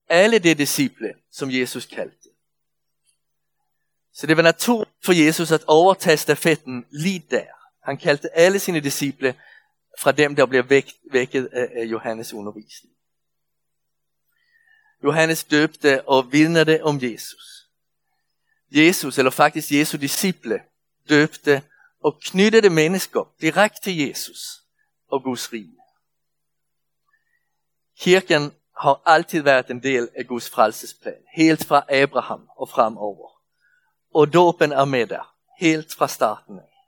alle de disciple, som Jesus kaldte. Så det var naturligt for Jesus at overtage stafetten lige der. Han kaldte alle sine disciple fra dem, der blev vækket af Johannes undervisning. Johannes døbte og vidnede om Jesus. Jesus, eller faktisk Jesu disciple, døbte og knyttede mennesker direkte til Jesus og Guds rige. Kirken har altid været en del af Guds frelsesplan, helt fra Abraham og fremover. Og dåben er med der, helt fra starten af.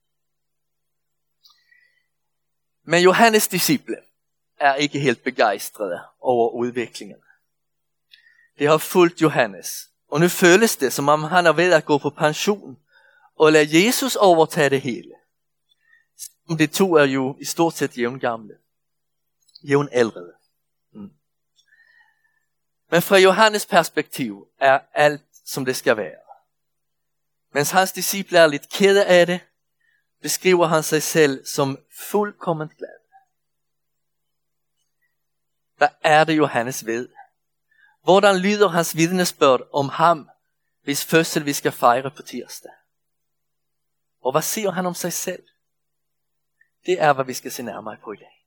Men Johannes disciple er ikke helt begejstrede over udviklingen. De har fulgt Johannes, og nu føles det, som om han er ved at gå på pension og lade Jesus overtage det hele. De to er jo i stort set jævnaldrende. Men fra Johannes perspektiv er alt, som det skal være. Mens hans disciple er lidt kede af det, beskriver han sig selv som fuldkomment glad. Hvad er det Johannes ved? Hvordan lyder hans vidnesbørd om ham, hvis fødsel vi skal fejre på tirsdag? Og hvad siger han om sig selv? Det er, hvad vi skal se nærmere på i dag.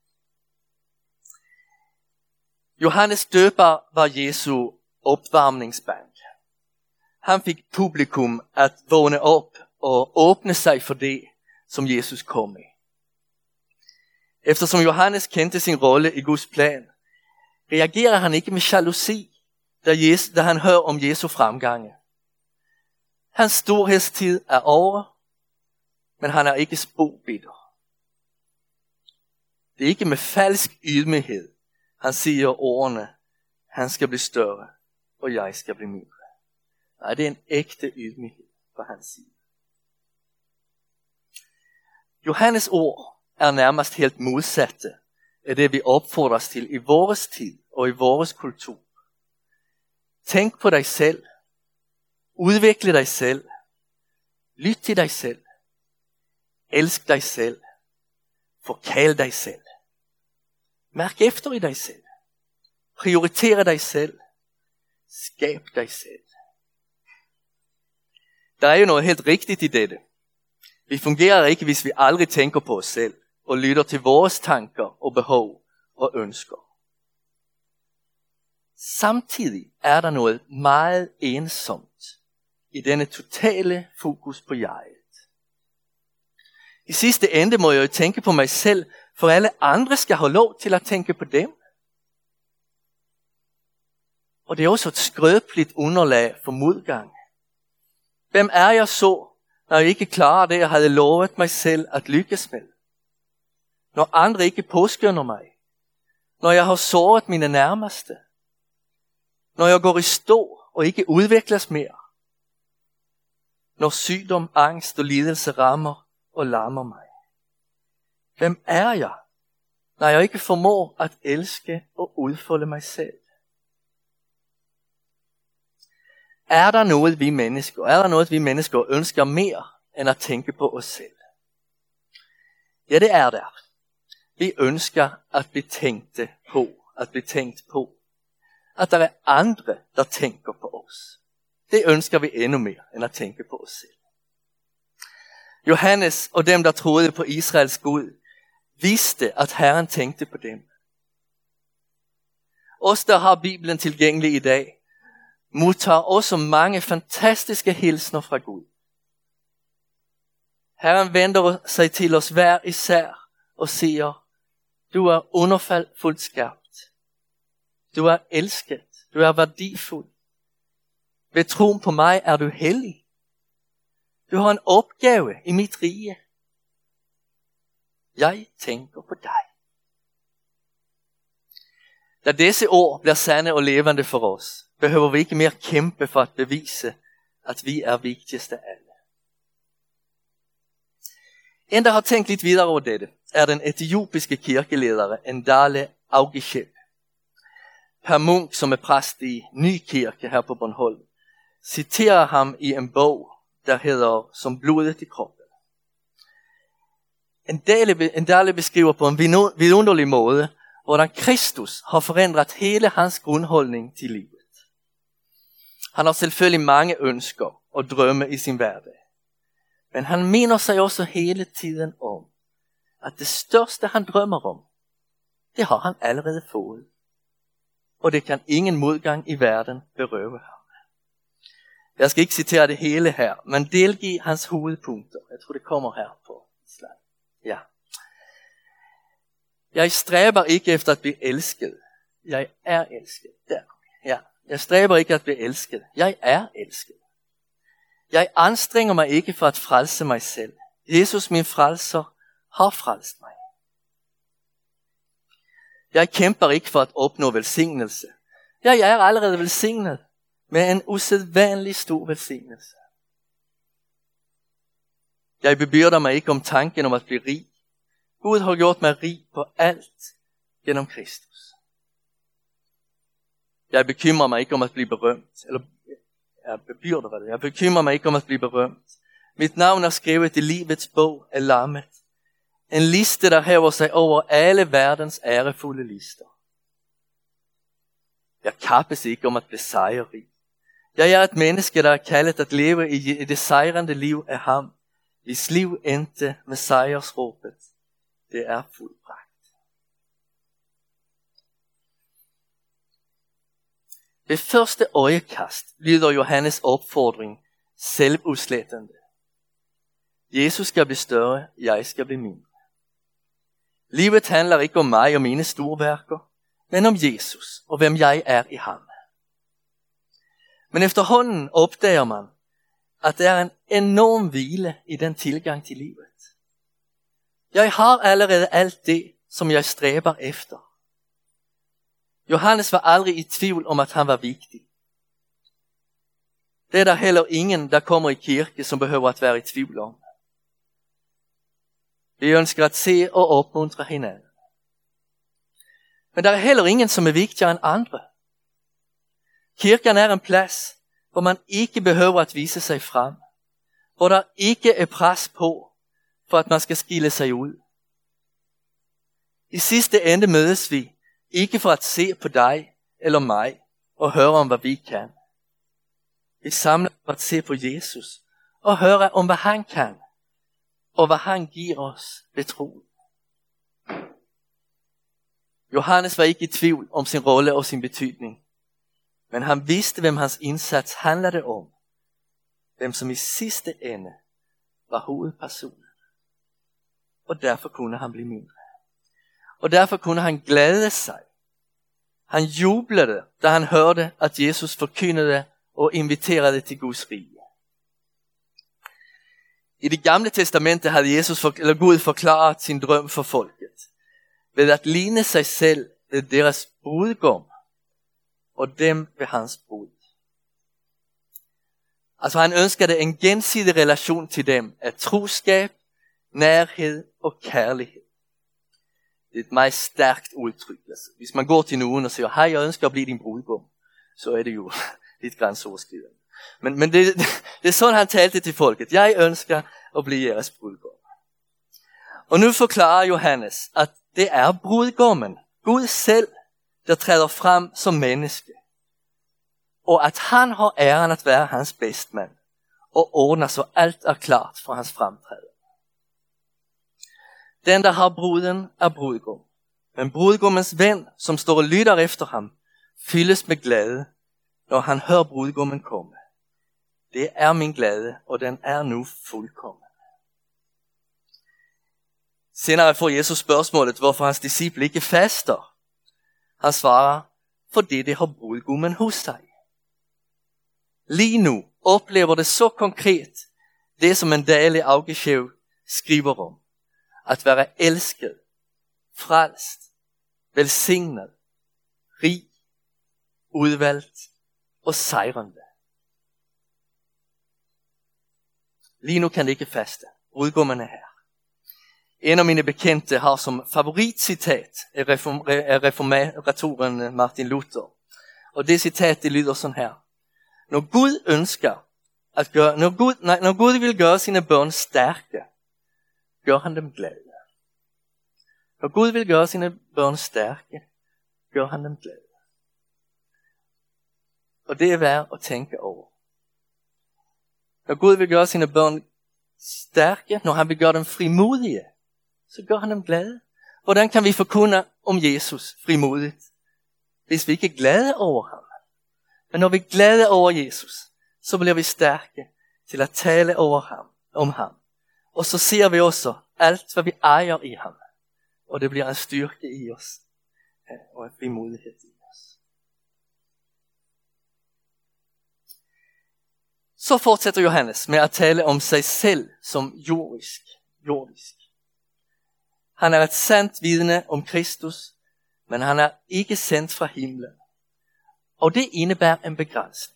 Johannes døber var Jesu opvarmningsband. Han fik publikum at vågne op og åbne sig for det, som Jesus kom med. Eftersom Johannes kendte sin rolle i Guds plan, reagerer han ikke med jalousi, da han hører om Jesu fremgange. Hans storhedstid er over, men han er ikke spogbitter. Det er ikke med falsk ydmyghed, han siger ordene, han skal blive større, og jeg skal blive mindre. Nej, det er en ægte ydmyghed fra hans side. Johannes ord er nærmest helt modsatte af det, vi opfordres til i vores tid og i vores kultur. Tænk på dig selv. Udvikle dig selv. Lyt til dig selv. Elsk dig selv. Forkæl dig selv. Mærk efter i dig selv. Prioritere dig selv. Skab dig selv. Der er jo noget helt rigtigt i dette. Vi fungerer ikke, hvis vi aldrig tænker på os selv og lytter til vores tanker og behov og ønsker. Samtidig er der noget meget ensomt i denne totale fokus på jeget. I sidste ende må jeg jo tænke på mig selv, for alle andre skal have lov til at tænke på dem. Og det er også et skrøbeligt underlag for modgang. Hvem er jeg så, når jeg ikke klarer det, jeg havde lovet mig selv at lykkes med? Når andre ikke påskynder mig? Når jeg har såret mine nærmeste? Når jeg går i stå og ikke udvikles mere? Når sygdom, angst og lidelse rammer og lammer mig? Hvem er jeg, når jeg ikke formår at elske og udfolde mig selv? Er der noget vi mennesker ønsker mere end at tænke på os selv? Ja, det er der. Vi ønsker at blive tænkt på. At der er andre, der tænker på os. Det ønsker vi endnu mere end at tænke på os selv. Johannes og dem, der troede på Israels Gud, vidste, at Herren tænkte på dem. Os, der har Bibelen tilgængelig i dag, modtager også mange fantastiske hilsner fra Gud. Herren vender sig til os hver især og siger, du er underfuldt skabt. Du er elsket. Du er værdifuld. Ved troen på mig er du hellig. Du har en opgave i mit rige. Jeg tænker på dig. Da disse ord bliver sande og levende for os, behøver vi ikke mere kæmpe for at bevise, at vi er vigtigst af alle. En, der har tænkt lidt videre over dette, er den etiopiske kirkeleder Ndale Augishep. Per Munk, som er præst i Ny Kirke her på Bornholm, citerer ham i en bog, der hedder Som blodet i kroppen. Ndale beskriver på en vidunderlig måde, hvordan Kristus har forandret hele hans grundholdning til livet. Han har selvfølgelig mange ønsker og drømme i sin hverdag. Men han minder sig også hele tiden om, at det største han drømmer om, det har han allerede fået. Og det kan ingen modgang i verden berøve ham. Jeg skal ikke citere det hele her, men delgive hans hovedpunkter. Jeg tror det kommer her på slide. Ja. Jeg stræber ikke efter at blive elsket. Jeg er elsket. Der. Ja. Jeg stræber ikke at blive elsket. Jeg er elsket. Jeg anstrenger mig ikke for at frelse mig selv. Jesus, min frelser, har frelst mig. Jeg kæmper ikke for at opnå velsignelse. Jeg er allerede velsignet med en usædvanlig stor velsignelse. Jeg bebyrder mig ikke om tanken om at blive rig. Gud har gjort mig rig på alt gennem Kristus. Jeg bekymrer mig ikke om at blive berømt. Jeg bekymrer mig ikke om at blive berømt. Mit navn er skrevet i livets bog af lammet. En liste, der hæver sig over alle verdens ærefulde lister. Jeg kappes ikke om at blive sejrrig. Jeg er et menneske, der er kaldet at leve i det sejrende liv af ham, hvis liv endte med sejrsråbet. Det er fuldbragt. Ved første øjekast lyder Johannes opfordring selvudslættende. Jesus skal blive større, jeg skal blive mindre. Livet handler ikke om mig og mine storværker, men om Jesus og hvem jeg er i ham. Men efterhånden opdager man, at der er en enorm hvile i den tilgang til livet. Jeg har allerede alt det, som jeg stræber efter. Johannes var aldrig i tvivl om, at han var vigtig. Det er der heller ingen, der kommer i kirke, som behøver at være i tvivl om. Vi ønsker at se og opmuntre hinanden. Men der er heller ingen, som er vigtigere end andre. Kirken er en plads, hvor man ikke behøver at vise sig frem. Hvor der ikke er pres på, for at man skal skille sig ud. I sidste ende mødes vi, ikke for at se på dig eller mig, og høre om, hvad vi kan. Vi samler for at se på Jesus, og høre om, hvad han kan, og hvad han giver os ved troen. Johannes var ikke i tvivl om sin rolle og sin betydning, men han vidste, hvem hans indsats handlede om, hvem som i sidste ende var hovedpersonen. Og derfor kunne han blive mindre. Og derfor kunne han glæde sig. Han jublede, da han hørte, at Jesus forkyndede og inviterede til Guds rige. I det gamle testamente havde Gud forklaret sin drøm for folket, ved at ligne sig selv ved deres brudgom, og dem ved hans brud. Altså han ønskede en gensidig relation til dem af troskab, nærhed og kærlighed. Det er et meget stærkt udtryk. Altså, hvis man går til nogen og siger, hej, jeg ønsker at blive din brudgom, så er det jo lidt grænseoverskridende. Men det er sådan, han talte til folket. Jeg ønsker at blive jeres brudgom. Og nu forklarer Johannes, at det er brudgommen, Gud selv, der træder frem som menneske. Og at han har æren at være hans bedstmand, og ordner så alt er klart for hans fremtræden. Den, der har bruden, er brudgom. Men brudgommens ven, som står og lytter efter ham, fyldes med glæde, når han hører brudgommen komme. Det er min glæde, og den er nu fuldkommen. Senere får Jesus spørgsmålet, hvorfor hans disciple ikke faster. Han svarer, fordi det har brudgommen hos sig. Lige nu oplever det så konkret, det som en daglig Augustsjøv skriver om. At være elsket, frelst, velsignet, rig, udvalgt og sejrende. Lige nu kan det ikke faste. Brudgommen er her. En af mine bekendte har som favoritcitat af reformatoren Martin Luther. Og det citat, det lyder sådan her. Når Gud vil gøre sine børn stærke, gør han dem glade. Når Gud vil gøre sine børn stærke, gør han dem glade. Og det er værd at tænke over. Når Gud vil gøre sine børn stærke, når han vil gøre dem frimodige, så gør han dem glade. Hvordan kan vi forkynde om Jesus frimodigt, hvis vi ikke er glade over ham? Men når vi er glade over Jesus, så bliver vi stærke til at tale om ham. Og så ser vi også alt, hvad vi ejer i ham. Og det bliver en styrke i os. Og en frimodighed i os. Så fortsætter Johannes med at tale om sig selv som jordisk. Han er et sandt vidne om Kristus, men han er ikke sendt fra himlen. Og det indebærer en begrænsning.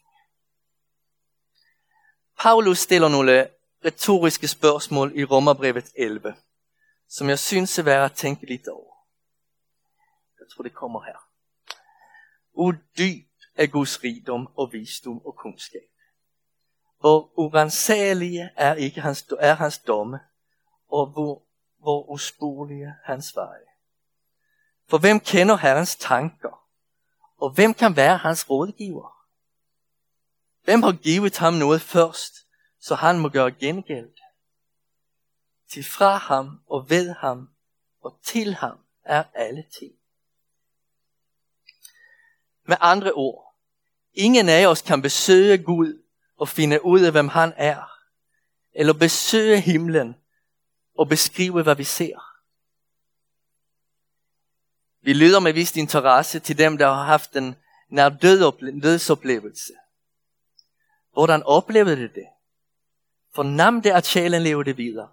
Paulus stiller nogle retoriske spørgsmål i Romerbrevet 11, som jeg synes er værd at tænke lidt over. Jeg tror det kommer her. Hvor dyb er Guds rigdom og visdom og kundskab. Hvor uransagelige er hans domme, og hvor usporlige hans veje. For hvem kender Herrens tanker, og hvem kan være hans rådgiver? Hvem har givet ham noget først, så han må gøre gengæld? Til fra ham og ved ham og til ham er alle ting. Med andre ord, ingen af os kan besøge Gud og finde ud af, hvem han er, eller besøge himlen og beskrive, hvad vi ser. Vi lytter med vist interesse til dem, der har haft en nær dødsoplevelse. Hvordan oplevede det? Fornam det, at sjælen levede videre?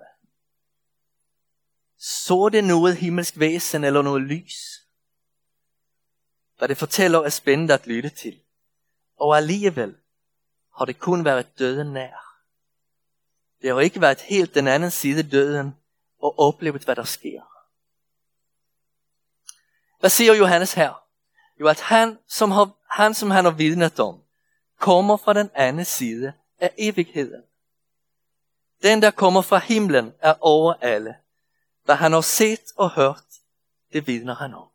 Så det noget himmelsk væsen eller noget lys? Hvad det fortæller er spændende at lytte til. Og alligevel har det kun været døden nær. Det har ikke været helt den anden side døden og oplevet, hvad der sker. Hvad siger Johannes her? Jo, at han som han har vidnet om, kommer fra den anden side af evigheden. Den, der kommer fra himlen, er over alle. Hvad han har set og hørt, det vidner han om.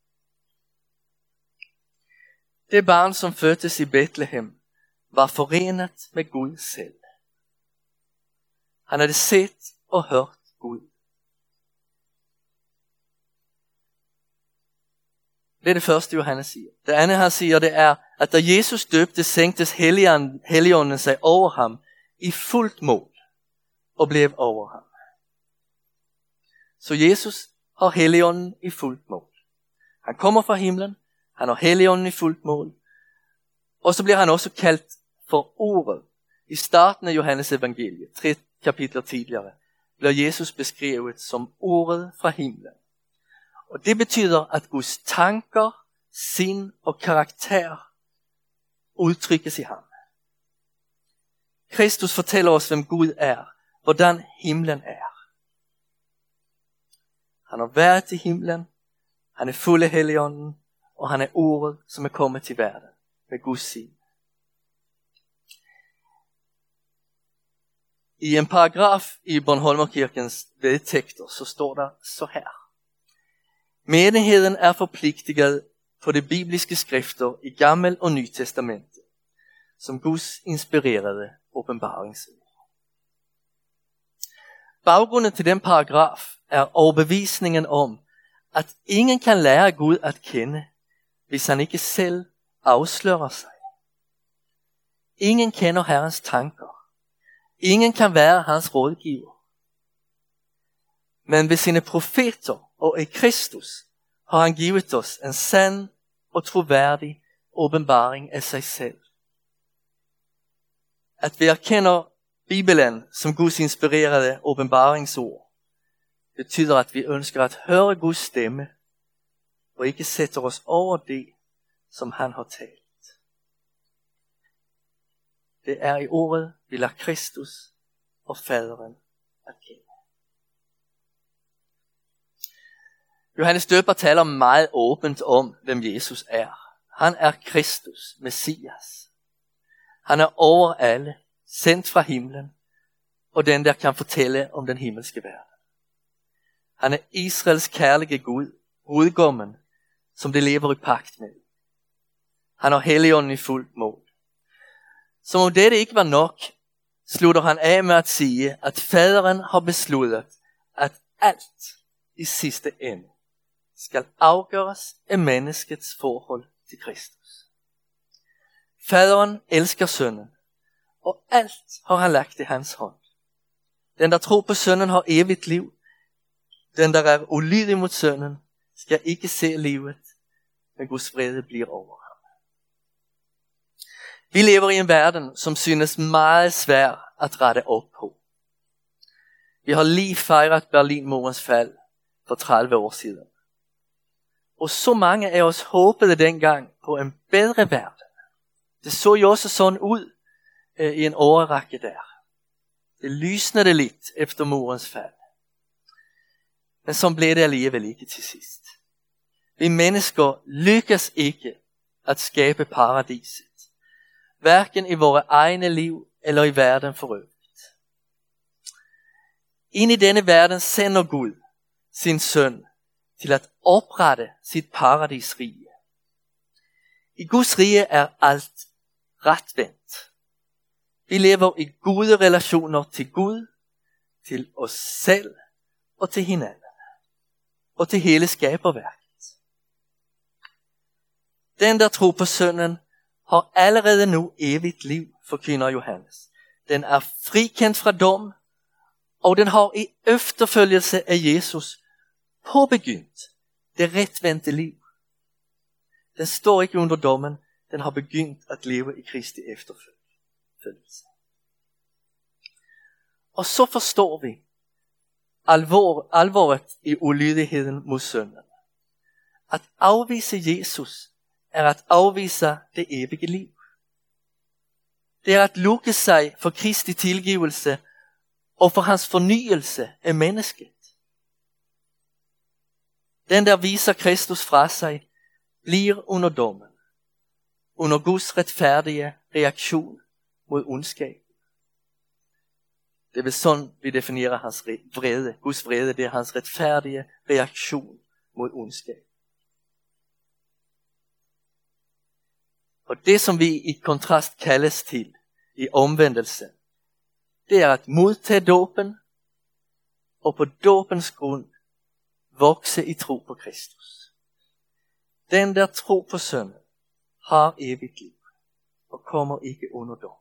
Det barn, som fødtes i Bethlehem, var forenet med Gud selv. Han havde set og hørt Gud. Det er det første, Johannes siger. Det andet, han siger, det er, at da Jesus døbte, sænktes Helligånden sig over ham i fuldt mål og blev over ham. Så Jesus har Helligånden i fuldt mål. Han kommer fra himlen, han har Helligånden i fuldt mål, og så bliver han også kaldt for ordet. I starten af Johannes evangeliet, 3 kapitler tidligere, bliver Jesus beskrevet som ordet fra himlen. Og det betyder, at Guds tanker, sind og karakter udtrykkes i ham. Kristus fortæller os, hvem Gud er, hvordan himlen er. Han har været i himlen, han er fuld af Helligånden, og han er ordet, som er kommet til verden med Guds sind. I en paragraf i Bornholmerkirkens vedtægter, så står der så her. Menigheden er forpligtet på de bibliske skrifter i Gammel- og Ny Testamente, som Guds inspirerede åbenbaringsord. Baggrunden til den paragraf er overbevisningen om, at ingen kan lære Gud at kende, hvis han ikke selv afslører sig. Ingen kender Herrens tanker. Ingen kan være hans rådgiver. Men ved sine profeter og i Kristus har han givet os en sand og troværdig åbenbaring af sig selv. At vi erkender Bibelen som Guds inspirerede åbenbaringsord, betyder, at vi ønsker at høre Guds stemme, og ikke sætter os over det, som han har talt. Det er i ordet, vi lader Kristus og Faderen at kende. Johannes Døber taler meget åbent om, hvem Jesus er. Han er Kristus, Messias. Han er over alle, sendt fra himlen, og den der kan fortælle om den himmelske verden. Han er Israels kærlige Gud, brudgommen, som de lever i pagt med. Han har Helligånden i fuldt mål. Som om dette ikke var nok, slutter han af med at sige, at faderen har besluttet, at alt i sidste ende skal afgøres af menneskets forhold til Kristus. Faderen elsker sønnen, og alt har han lagt i hans hånd. Den, der tror på sønnen, har evigt liv. Den, der er ulydig mod sønnen, skal ikke se livet, men Guds vrede bliver over ham. Vi lever i en verden, som synes meget svær at rette op på. Vi har lige fejret Berlinmurens fald for 30 år siden. Og så mange af os håbede dengang på en bedre verden. Det så jo også sådan ud i en årrække der. Det lysnede lidt efter murens fald. Men så blev det alligevel ikke til sidst. Vi mennesker lykkes ikke at skabe paradiset. Hverken i vores egne liv eller i verden for øvrigt. Ind i denne verden sender Gud sin søn til at oprette sit paradisrige. I Guds rige er alt retvendt. Vi lever i gode relationer til Gud, til os selv og til hinanden. Og til hele skaberværket. Den, der tror på sønnen, har allerede nu evigt liv, forkynder Johannes. Den er frikendt fra dom, og den har i efterfølgelse af Jesus påbegyndt det retvendte liv. Den står ikke under dommen, den har begyndt at leve i Kristi efterfølgelse. Og så forstår vi alvoret i ulydigheden mod sønnen. At afvise Jesus er at afvise det evige liv. Det er at lukke sig for Kristi tilgivelse og for hans fornyelse af mennesket. Den, der viser Kristus fra sig, bliver under dommen. Under Guds retfærdige reaktion mod ondskab. Det er sådan, vi definerer hans vrede. Guds vrede, det er hans retfærdige reaktion mod ondskab. Og det, som vi i kontrast kaldes til i omvendelse, det er at modtage dåben og på dåbens grund vokse i tro på Kristus. Den, der tror på sønnen, har evigt liv og kommer ikke under dommen.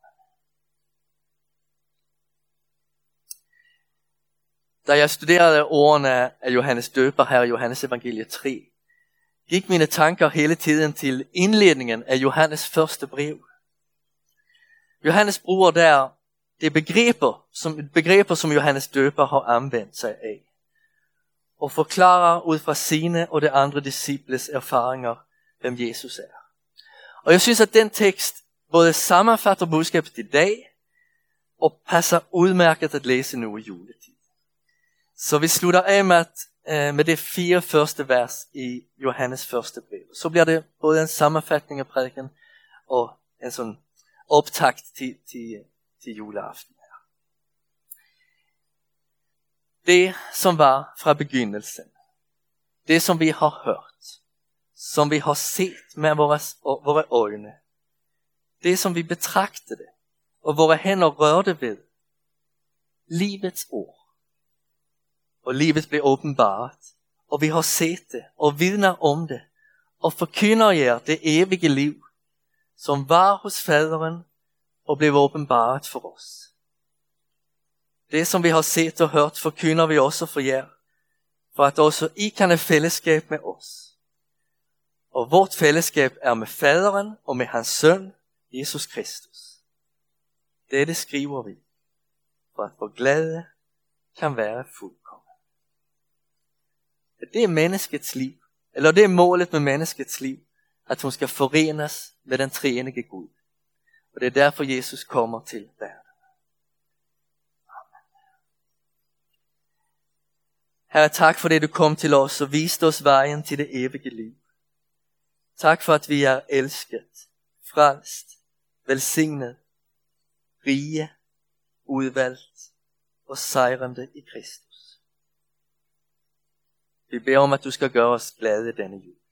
Da jeg studerede ordene af Johannes Døber her i Johannes evangeliet 3, gik mine tanker hele tiden til indledningen af Johannes første brev. Johannes bruger der de begreber, som Johannes Døber har anvendt sig af, og forklarer ud fra sine og de andre disciples erfaringer, hvem Jesus er. Og jeg synes, at den tekst både sammenfatter budskabet i dag, og passer udmærket at læse nu i juletid. Så vi slutter af med de 4 første vers i Johannes første brev. Så bliver det både en sammenfatning af prædiken og en sådan optakt til juleaften. Det, som var fra begyndelsen. Det, som vi har hørt. Som vi har set med vore øjne. Det, som vi betragtede og vore hænder rørte ved. Livets ord. Og livet blev åbenbaret, og vi har set det, og vidner om det, og forkynder jer det evige liv, som var hos faderen, og blev åbenbaret for os. Det, som vi har set og hørt, forkynder vi også for jer, for at også I kan have fællesskab med os. Og vort fællesskab er med faderen og med hans søn, Jesus Kristus. Dette skriver vi, for at vor glæde kan være fuldkommen. Det er menneskets liv, eller det er målet med menneskets liv, at hun skal forenes med den treenige Gud. Og det er derfor Jesus kommer til verden. Amen. Herre, tak for det du kom til os og viste os vejen til det evige liv. Tak for at vi er elsket, frelst, velsignet, rige, udvalgt og sejrende i Kristus. Vi beder om, at du skal gøre os glade denne jul.